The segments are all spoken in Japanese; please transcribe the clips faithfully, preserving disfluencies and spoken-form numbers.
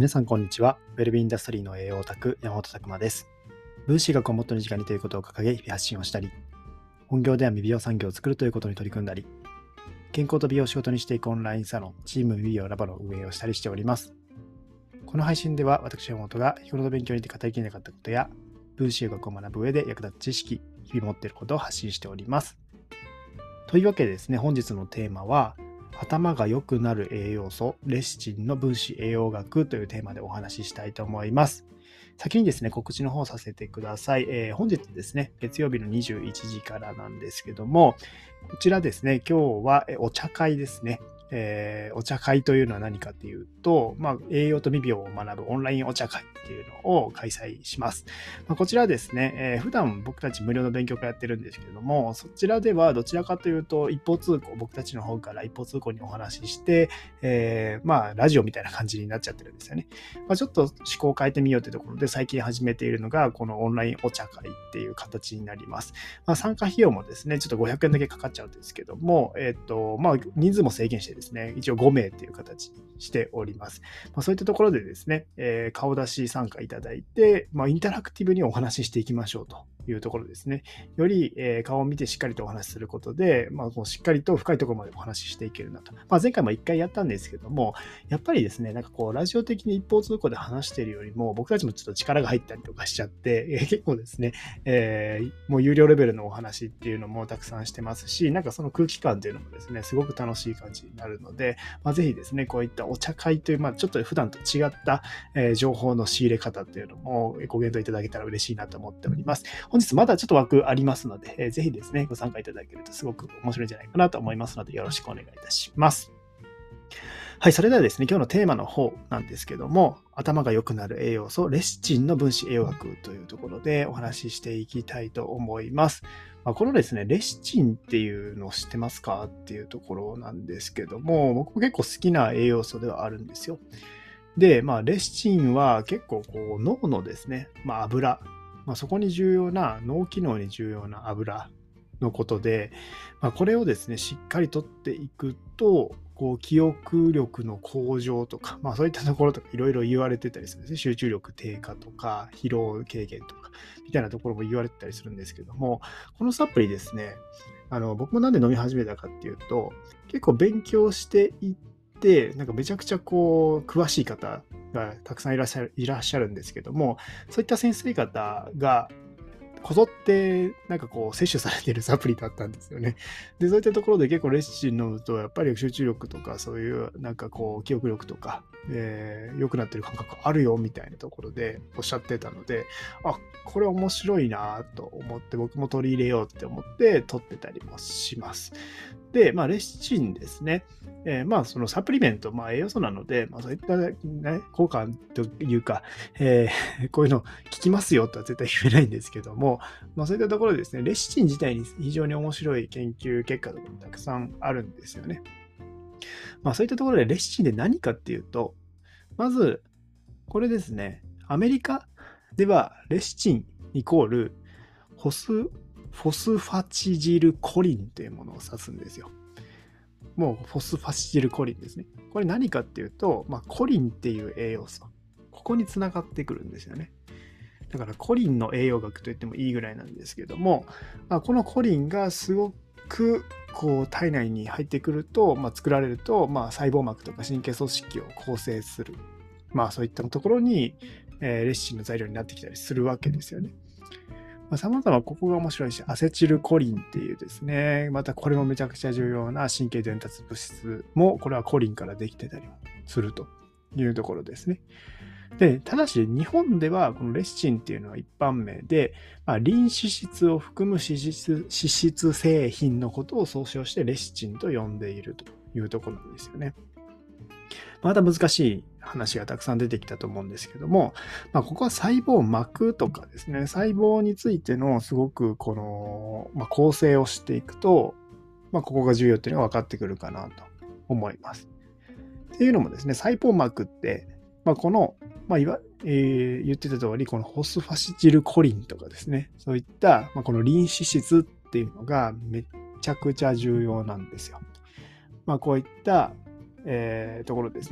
皆さんこんにちは。ウェルビーインダストリーの栄養オタク、山本拓馬です。分子学をもっと身近にということを掲げ、日々発信をしたり、本業では未美容産業を作るということに取り組んだり、健康と美容を仕事にしていくオンラインサロン、チーム未美容ラボの運営をしたりしております。この配信では、私山本が日頃の勉強にて語りきれなかったことや、分子学を学ぶ上で役立つ知識、日々持っていることを発信しております。というわけでですね、本日のテーマは、頭が良くなる栄養素、レシチンの分子栄養学というテーマでお話ししたいと思います。先にですね、告知の方させてください。えー、本日ですね、月曜日のにじゅういちじからなんですけども、こちらですね、今日はお茶会ですね。えー、お茶会というのは何かっていうと、まあ、栄養と未美容を学ぶオンラインお茶会っていうのを開催します。まあ、こちらですね、えー、普段僕たち無料の勉強会やってるんですけれども、そちらではどちらかというと一方通行、僕たちの方から一方通行にお話しして、えー、まあ、ラジオみたいな感じになっちゃってるんですよね。まあ、ちょっと思考を変えてみようというところで最近始めているのが、このオンラインお茶会っていう形になります。まあ、参加費用もですね、ちょっとごひゃくえんだけかかっちゃうんですけども、えっと、まあ、人数も制限してですね、一応ごめいっていう形にしております。まあ、そういったところでですね、えー、顔出し参加いただいて、まあ、インタラクティブにお話ししていきましょうというところですね。より、えー、顔を見てしっかりとお話しすることで、まあ、もうしっかりと深いところまでお話ししていけるなと。まあ、前回も一回やったんですけども、やっぱりですね、なんかこう、ラジオ的に一方通行で話しているよりも、僕たちもちょっと力が入ったりとかしちゃって、えー、結構ですね、えー、もう有料レベルのお話っていうのもたくさんしてますし、なんかその空気感っていうのもですね、すごく楽しい感じになるので、まあ、ぜひですね、こういったお茶会という、まあ、ちょっと普段と違った、えー、情報の仕入れ方っていうのもご検討いただけたら嬉しいなと思っております。本日まだちょっと枠ありますので、えー、ぜひですね、ご参加いただけるとすごく面白いんじゃないかなと思いますので、よろしくお願いいたします。はい、それではですね、今日のテーマの方なんですけども、頭が良くなる栄養素、レシチンの分子栄養学というところでお話ししていきたいと思います。まあ、このですね、レシチンっていうのを知ってますかっていうところなんですけども、僕も結構好きな栄養素ではあるんですよ。で、まあ、レシチンは結構こう脳のですね、まあ、油、まあ、そこに重要な、脳機能に重要な油のことで、まあ、これをですね、しっかりとっていくと、こう記憶力の向上とか、まあそういったところとかいろいろ言われてたりするんですね。集中力低下とか、疲労軽減とか、みたいなところも言われてたりするんですけども、このサプリですね、あの、僕もなんで飲み始めたかっていうと、結構勉強していって、なんかめちゃくちゃこう、詳しい方がたくさんいらっしゃる、いらっしゃるんですけども、そういった先生方が、こぞってなんかこう摂取されているサプリだったんですよね。で、そういったところで結構レシチン飲むとやっぱり集中力とかそういうなんかこう記憶力とか、えー、良くなってる感覚あるよみたいなところでおっしゃってたので、あ、これ面白いなと思って僕も取り入れようって思って取ってたりもします。で、まあレシチンですね。えー、まあそのサプリメント、まあ栄養素なので、まあそういった、ね、効果というか、えー、こういうの効きますよとは絶対言えないんですけども、まあそういったところでですね、レシチン自体に非常に面白い研究結果とかもたくさんあるんですよね。まあそういったところでレシチンで何かっていうと、まず、これですね、アメリカではレシチンイコールホス、フォスファチジルコリンというものを指すんですよ。もうフォスファチジルコリンですね。これ何かっていうと、まあ、コリンっていう栄養素。ここにつながってくるんですよね。だからコリンの栄養学と言ってもいいぐらいなんですけども、まあ、このコリンがすごくこう体内に入ってくると、まあ、作られると、まあ、細胞膜とか神経組織を構成する。まあそういったところに、えー、レシチンの材料になってきたりするわけですよね。さまざまここが面白いし、アセチルコリンっていうですね、またこれもめちゃくちゃ重要な神経伝達物質も、これはコリンからできてたりするというところですね。で、ただし日本ではこのレシチンっていうのは一般名で、まあ、リン脂質を含む脂質、脂質製品のことを総称してレシチンと呼んでいるというところなんですよね。また難しい話がたくさん出てきたと思うんですけども、まあ、ここは細胞膜とかですね、細胞についてのすごくこの、まあ、構成をしていくと、まあ、ここが重要っていうのが分かってくるかなと思います。っていうのもですね、細胞膜って、まあ、この、まあいわえー、言ってた通り、このホスファシチルコリンとかですね、そういった、まあ、このリン脂質っていうのがめちゃくちゃ重要なんですよ。まあ、こういった、えー、ところですね。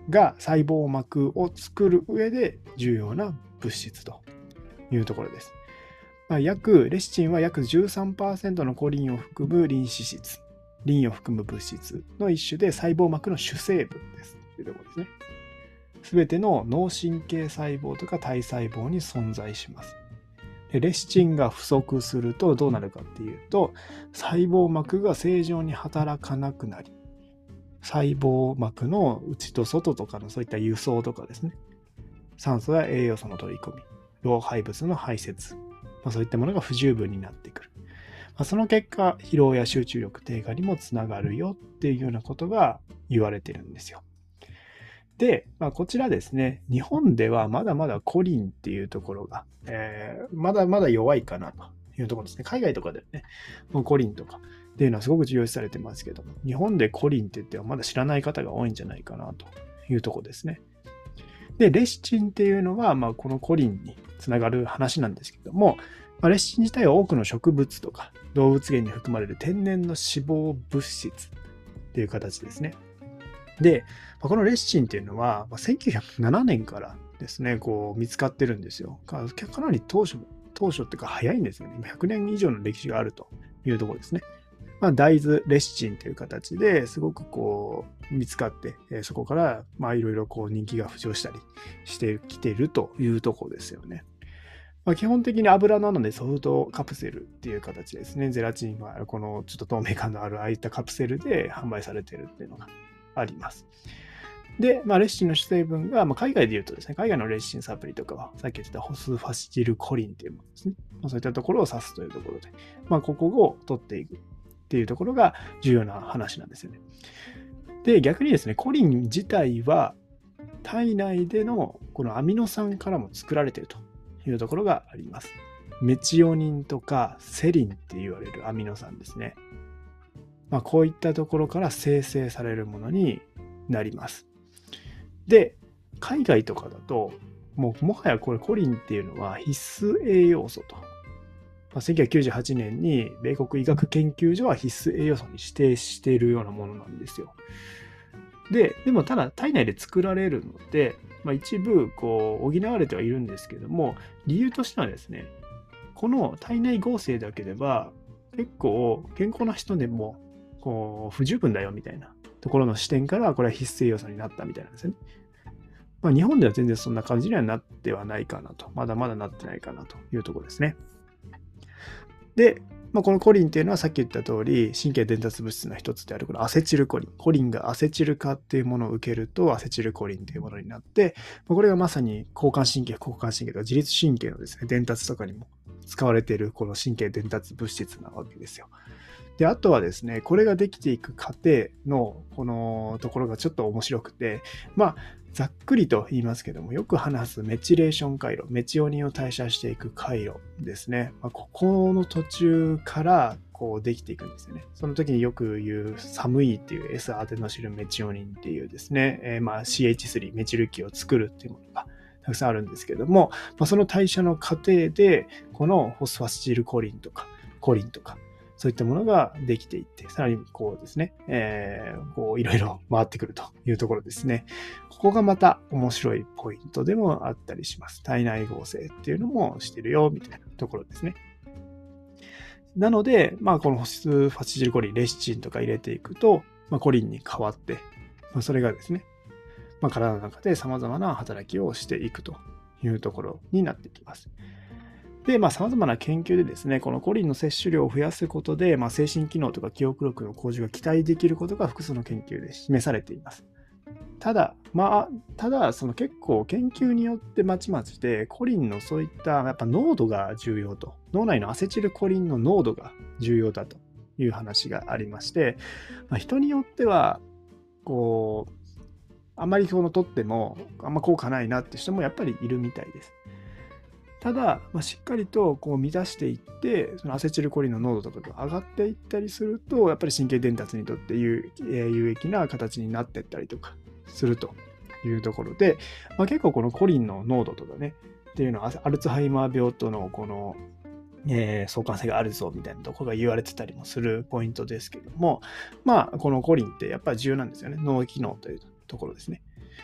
が細胞膜を作る上で重要な物質というところです。まあ、約レシチンは約 じゅうさんパーセント のコリンを含むリン脂質、リンを含む物質の一種で細胞膜の主成分ですというところですね。すべての脳神経細胞とか体細胞に存在します。でレシチンが不足するとどうなるかっていうと、細胞膜が正常に働かなくなり、細胞膜の内と外とかのそういった輸送とかですね、酸素や栄養素の取り込み、老廃物の排泄、まあ、そういったものが不十分になってくる。まあ、その結果、疲労や集中力低下にもつながるよっていうようなことが言われてるんですよ。で、まあ、こちらですね、日本ではまだまだコリンっていうところが、えー、まだまだ弱いかなというところですね。海外とかでね、もうコリンとかっていうのはすごく重要視されてますけども、日本でコリンって言ってはまだ知らない方が多いんじゃないかなというところですね。で、レシチンっていうのは、まあ、このコリンにつながる話なんですけども、まあ、レシチン自体は多くの植物とか動物源に含まれる天然の脂肪物質っていう形ですね。で、このレシチンっていうのは、せんきゅうひゃくななねんからですね、こう見つかってるんですよ。かなり当初、当初っていうか早いんですよね。ひゃくねん以上の歴史があるというところですね。まあ、大豆レシチンという形ですごくこう見つかって、えー、そこからまあいろいろこう人気が浮上したりしてきているというところですよね。まあ、基本的に油なのでソフトカプセルっていう形ですね。ゼラチンはこのちょっと透明感のあるああいったカプセルで販売されているっていうのがあります。で、まあ、レシチンの主成分が、まあ、海外で言うとですね、海外のレシチンサプリとかは、さっき言ってたホスファシジルコリンっていうものですね。まあ、そういったところを指すというところで、まあ、ここを取っていくっていうところが重要な話なんですよね。で、逆にですね、コリン自体は体内でのこのアミノ酸からも作られているというところがあります。メチオニンとかセリンって言われるアミノ酸ですね。まあ、こういったところから生成されるものになります。で、海外とかだと、もうもはやこれコリンっていうのは必須栄養素と。まあ、せんきゅうひゃくきゅうじゅうはちねんに米国医学研究所は必須栄養素に指定しているようなものなんですよ。で、でもただ体内で作られるので、まあ、一部こう補われてはいるんですけども、理由としてはですね、この体内合成だけでは結構健康な人でもこう不十分だよみたいなところの視点からこれは必須栄養素になったみたいなんですよね。まあ、日本では全然そんな感じにはなってはないかなと。まだまだなってないかなというところですね。で、まあ、このコリンっていうのはさっき言った通り神経伝達物質の一つであるこのアセチルコリン。コリンがアセチル化っていうものを受けるとアセチルコリンっていうものになって、これがまさに交感神経、副交感神経とか自律神経のですね、伝達とかにも使われているこの神経伝達物質なわけですよ。で、あとはですね、これができていく過程のこのところがちょっと面白くて、まあ、ざっくりと言いますけども、よく話すメチレーション回路、メチオニンを代謝していく回路ですね。まあ、ここの途中からこうできていくんですよね。その時によく言う寒いっていう S アデノシルメチオニンっていうですね、えー、まあ シーエイチスリー、メチル基を作るっていうものがたくさんあるんですけども、まあ、その代謝の過程で、このホスファスチルコリンとか、コリンとか、そういったものができていって、さらにこうですね、えー、こういろいろ回ってくるというところですね。ここがまた面白いポイントでもあったりします。体内合成っていうのもしてるよ、みたいなところですね。なので、まあこのホスファチジルコリン、レシチンとか入れていくと、まあ、コリンに変わって、まあ、それがですね、まあ、体の中で様々な働きをしていくというところになっていきます。で、まあ、様々な研究でですね、このコリンの摂取量を増やすことで、まあ、精神機能とか記憶力の向上が期待できることが複数の研究で示されています。ただ、まあ、ただ、その結構研究によってまちまちで、コリンのそういったやっぱ濃度が重要と、脳内のアセチルコリンの濃度が重要だという話がありまして、まあ、人によっては、こう、あんまりその取ってもあんま効果ないなって人もやっぱりいるみたいです。ただ、まあ、しっかりとこう満たしていって、そのアセチルコリンの濃度とかが上がっていったりすると、やっぱり神経伝達にとって有有益な形になっていったりとかするというところで、まあ、結構このコリンの濃度とかね、っていうのはアルツハイマー病とのこの、えー、相関性があるぞみたいなところが言われてたりもするポイントですけども、まあ、このコリンってやっぱり重要なんですよね。脳機能というところですね。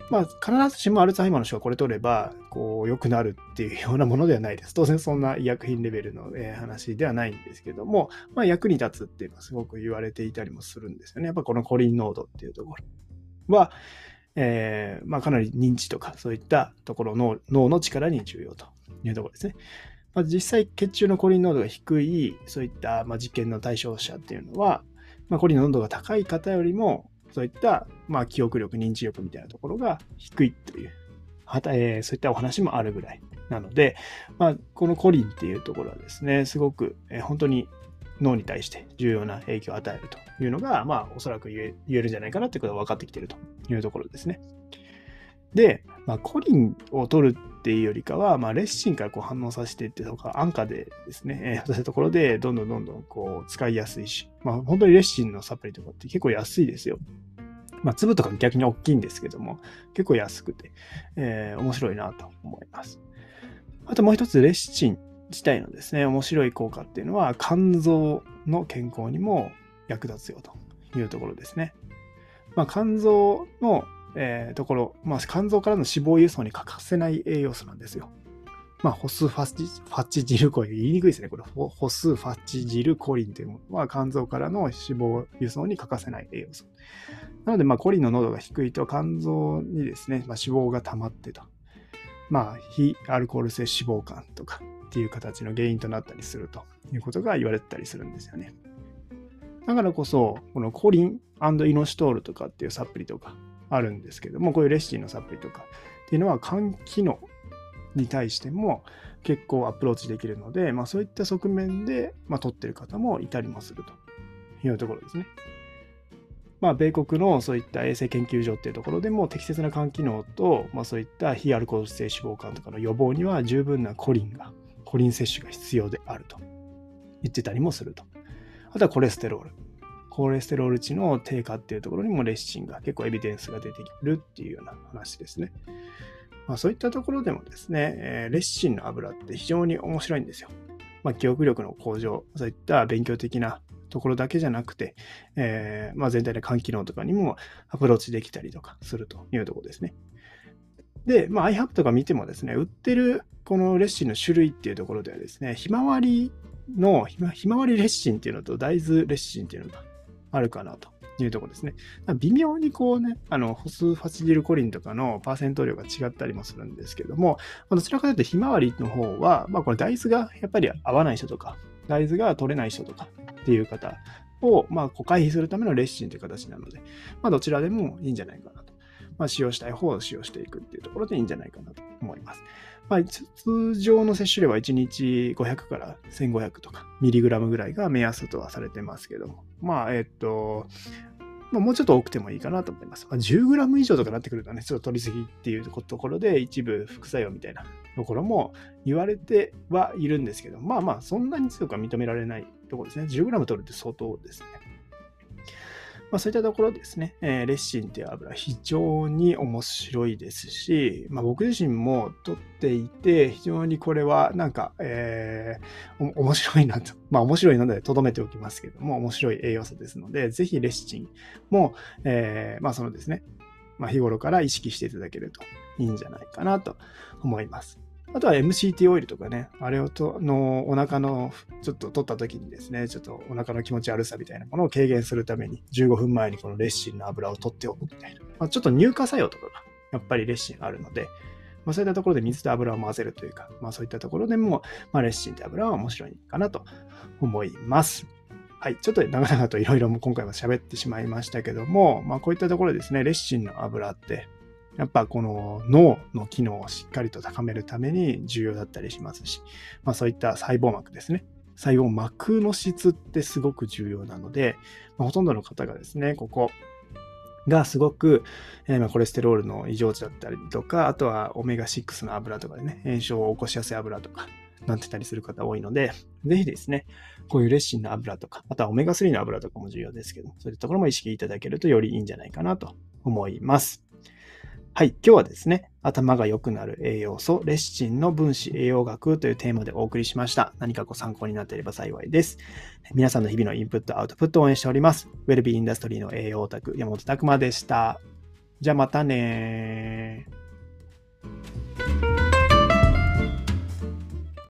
まあ、必ずしもアルツハイマーの人がこれ取れば、こう、良くなるっていうようなものではないです。当然そんな医薬品レベルの、えー話ではないんですけども、まあ、役に立つっていうのはすごく言われていたりもするんですよね。やっぱこのコリン濃度っていうところは、えーまあ、かなり認知とかそういったところの脳の力に重要というところですね。まあ、実際血中のコリン濃度が低いそういった、まあ、実験の対象者っていうのは、まあ、コリンの濃度が高い方よりもそういった、まあ、記憶力認知力みたいなところが低いという、えー、そういったお話もあるぐらいなので、まあ、このコリンっていうところはですねすごく、えー、本当に脳に対して重要な影響を与えるというのが、まあ、おそらく言え、言えるんじゃないかなってことが分かってきているというところですね。で、まあ、コリンを取るっていうよりかは、まあ、レッシンからこう反応させていってとか、安価でですね、えー、そういうところでどんどんどんどんこう使いやすいし、まあ、本当にレッシンのサプリとかって結構安いですよ。まあ、粒とか逆に大きいんですけども、結構安くて、えー、面白いなと思います。あともう一つ、レッシン自体のですね、面白い効果っていうのは、肝臓の健康にも役立つよというところですね。まあ、肝臓の、えー、ところ、まあ、肝臓からの脂肪輸送に欠かせない栄養素なんですよ。まあ、ホスファチ、ファチジルコリン、言いにくいですね。これ、ホスファチジルコリンというものは肝臓からの脂肪輸送に欠かせない栄養素。なので、まあ、コリンの濃度が低いと肝臓にですね、まあ、脂肪が溜まってと。まあ、非アルコール性脂肪肝とかっていう形の原因となったりするということが言われてたりするんですよね。だからこそ、このコリン&イノシトールとかっていうサプリとかあるんですけども、こういうレシチンのサプリとかっていうのは肝機能に対しても結構アプローチできるので、まあそういった側面で、まあ、取ってる方もいたりもするというところですね。まあ、米国のそういった衛生研究所っていうところでも適切な肝機能と、まあ、そういった非アルコール性脂肪肝とかの予防には十分なコリンが、コリン摂取が必要であると言ってたりもすると。あとはコレステロール。コレステロール値の低下っていうところにもレシチンが結構エビデンスが出てくるっていうような話ですね。まあ、そういったところでもですね、えー、レシチンの油って非常に面白いんですよ。まあ、記憶力の向上、そういった勉強的なところだけじゃなくて、えーまあ、全体の肝機能とかにもアプローチできたりとかするというところですね。で、まあ、アイハブとか見てもですね、売ってるこのレッシンの種類っていうところではですね、ひまわりの、ひまわりレッシンっていうのと大豆レッシンっていうのがあるかなというところですね。微妙にこうね、あの、ホスファチジルコリンとかのパーセント量が違ったりもするんですけども、どちらかというとひまわりの方は、まあこれ大豆がやっぱり合わない人とか、大豆が取れない人とかっていう方を、まあ、回避するためのレッシンという形なので、まあどちらでもいいんじゃないかなと。まあ使用したい方を使用していくっていうところでいいんじゃないかなと思います。まあ、通常の摂取量はいちにちごひゃくからせんごひゃくとかミリグラムぐらいが目安とはされてますけども、まあ、えっと、まあ、もうちょっと多くてもいいかなと思います。まあ、じゅうグラム以上とかなってくるとね、ちょっと取りすぎっていうところで一部副作用みたいなところも言われてはいるんですけど、まあまあ、そんなに強くは認められないところですね。じゅうグラム取るって相当ですね。まあ、そういったところですね、えー、レッシンっていう油非常に面白いですし、まあ、僕自身も取っていて、非常にこれはなんか、えー、面白いなと。まあ面白いので留めておきますけども、面白い栄養素ですので、ぜひレッシンも、えー、まあそのですね、まあ日頃から意識していただけるといいんじゃないかなと思います。あとは エムシーティー オイルとかね、あれをとのお腹のちょっと取った時にですね、ちょっとお腹の気持ち悪さみたいなものを軽減するためにじゅうごふんまえにこのレッシンの油を取っておくみたいな。まあ、ちょっと乳化作用とかがやっぱりレッシンあるので、まあ、そういったところで水と油を混ぜるというか、まあそういったところでも、まあ、レッシンって油は面白いかなと思います。はい。ちょっと長々といろいろ今回は喋ってしまいましたけども、まあこういったところですね、レッシンの油って、やっぱこの脳の機能をしっかりと高めるために重要だったりしますし、まあそういった細胞膜ですね。細胞膜の質ってすごく重要なので、まあ、ほとんどの方がですね、ここがすごく、えー、まあコレステロールの異常値だったりとか、あとはオメガシックスの油とかでね、炎症を起こしやすい油とか、なってたりする方多いので、ぜひですね、こういうレッシンの油とか、あとはオメガスリーの油とかも重要ですけど、そういったところも意識いただけるとよりいいんじゃないかなと思います。はい。今日はですね、頭が良くなる栄養素、レシチンの分子栄養学というテーマでお送りしました。何かご参考になっていれば幸いです。皆さんの日々のインプット、アウトプットを応援しております。ウェルビーインダストリーの栄養オタク、山本拓馬でした。じゃあまたね。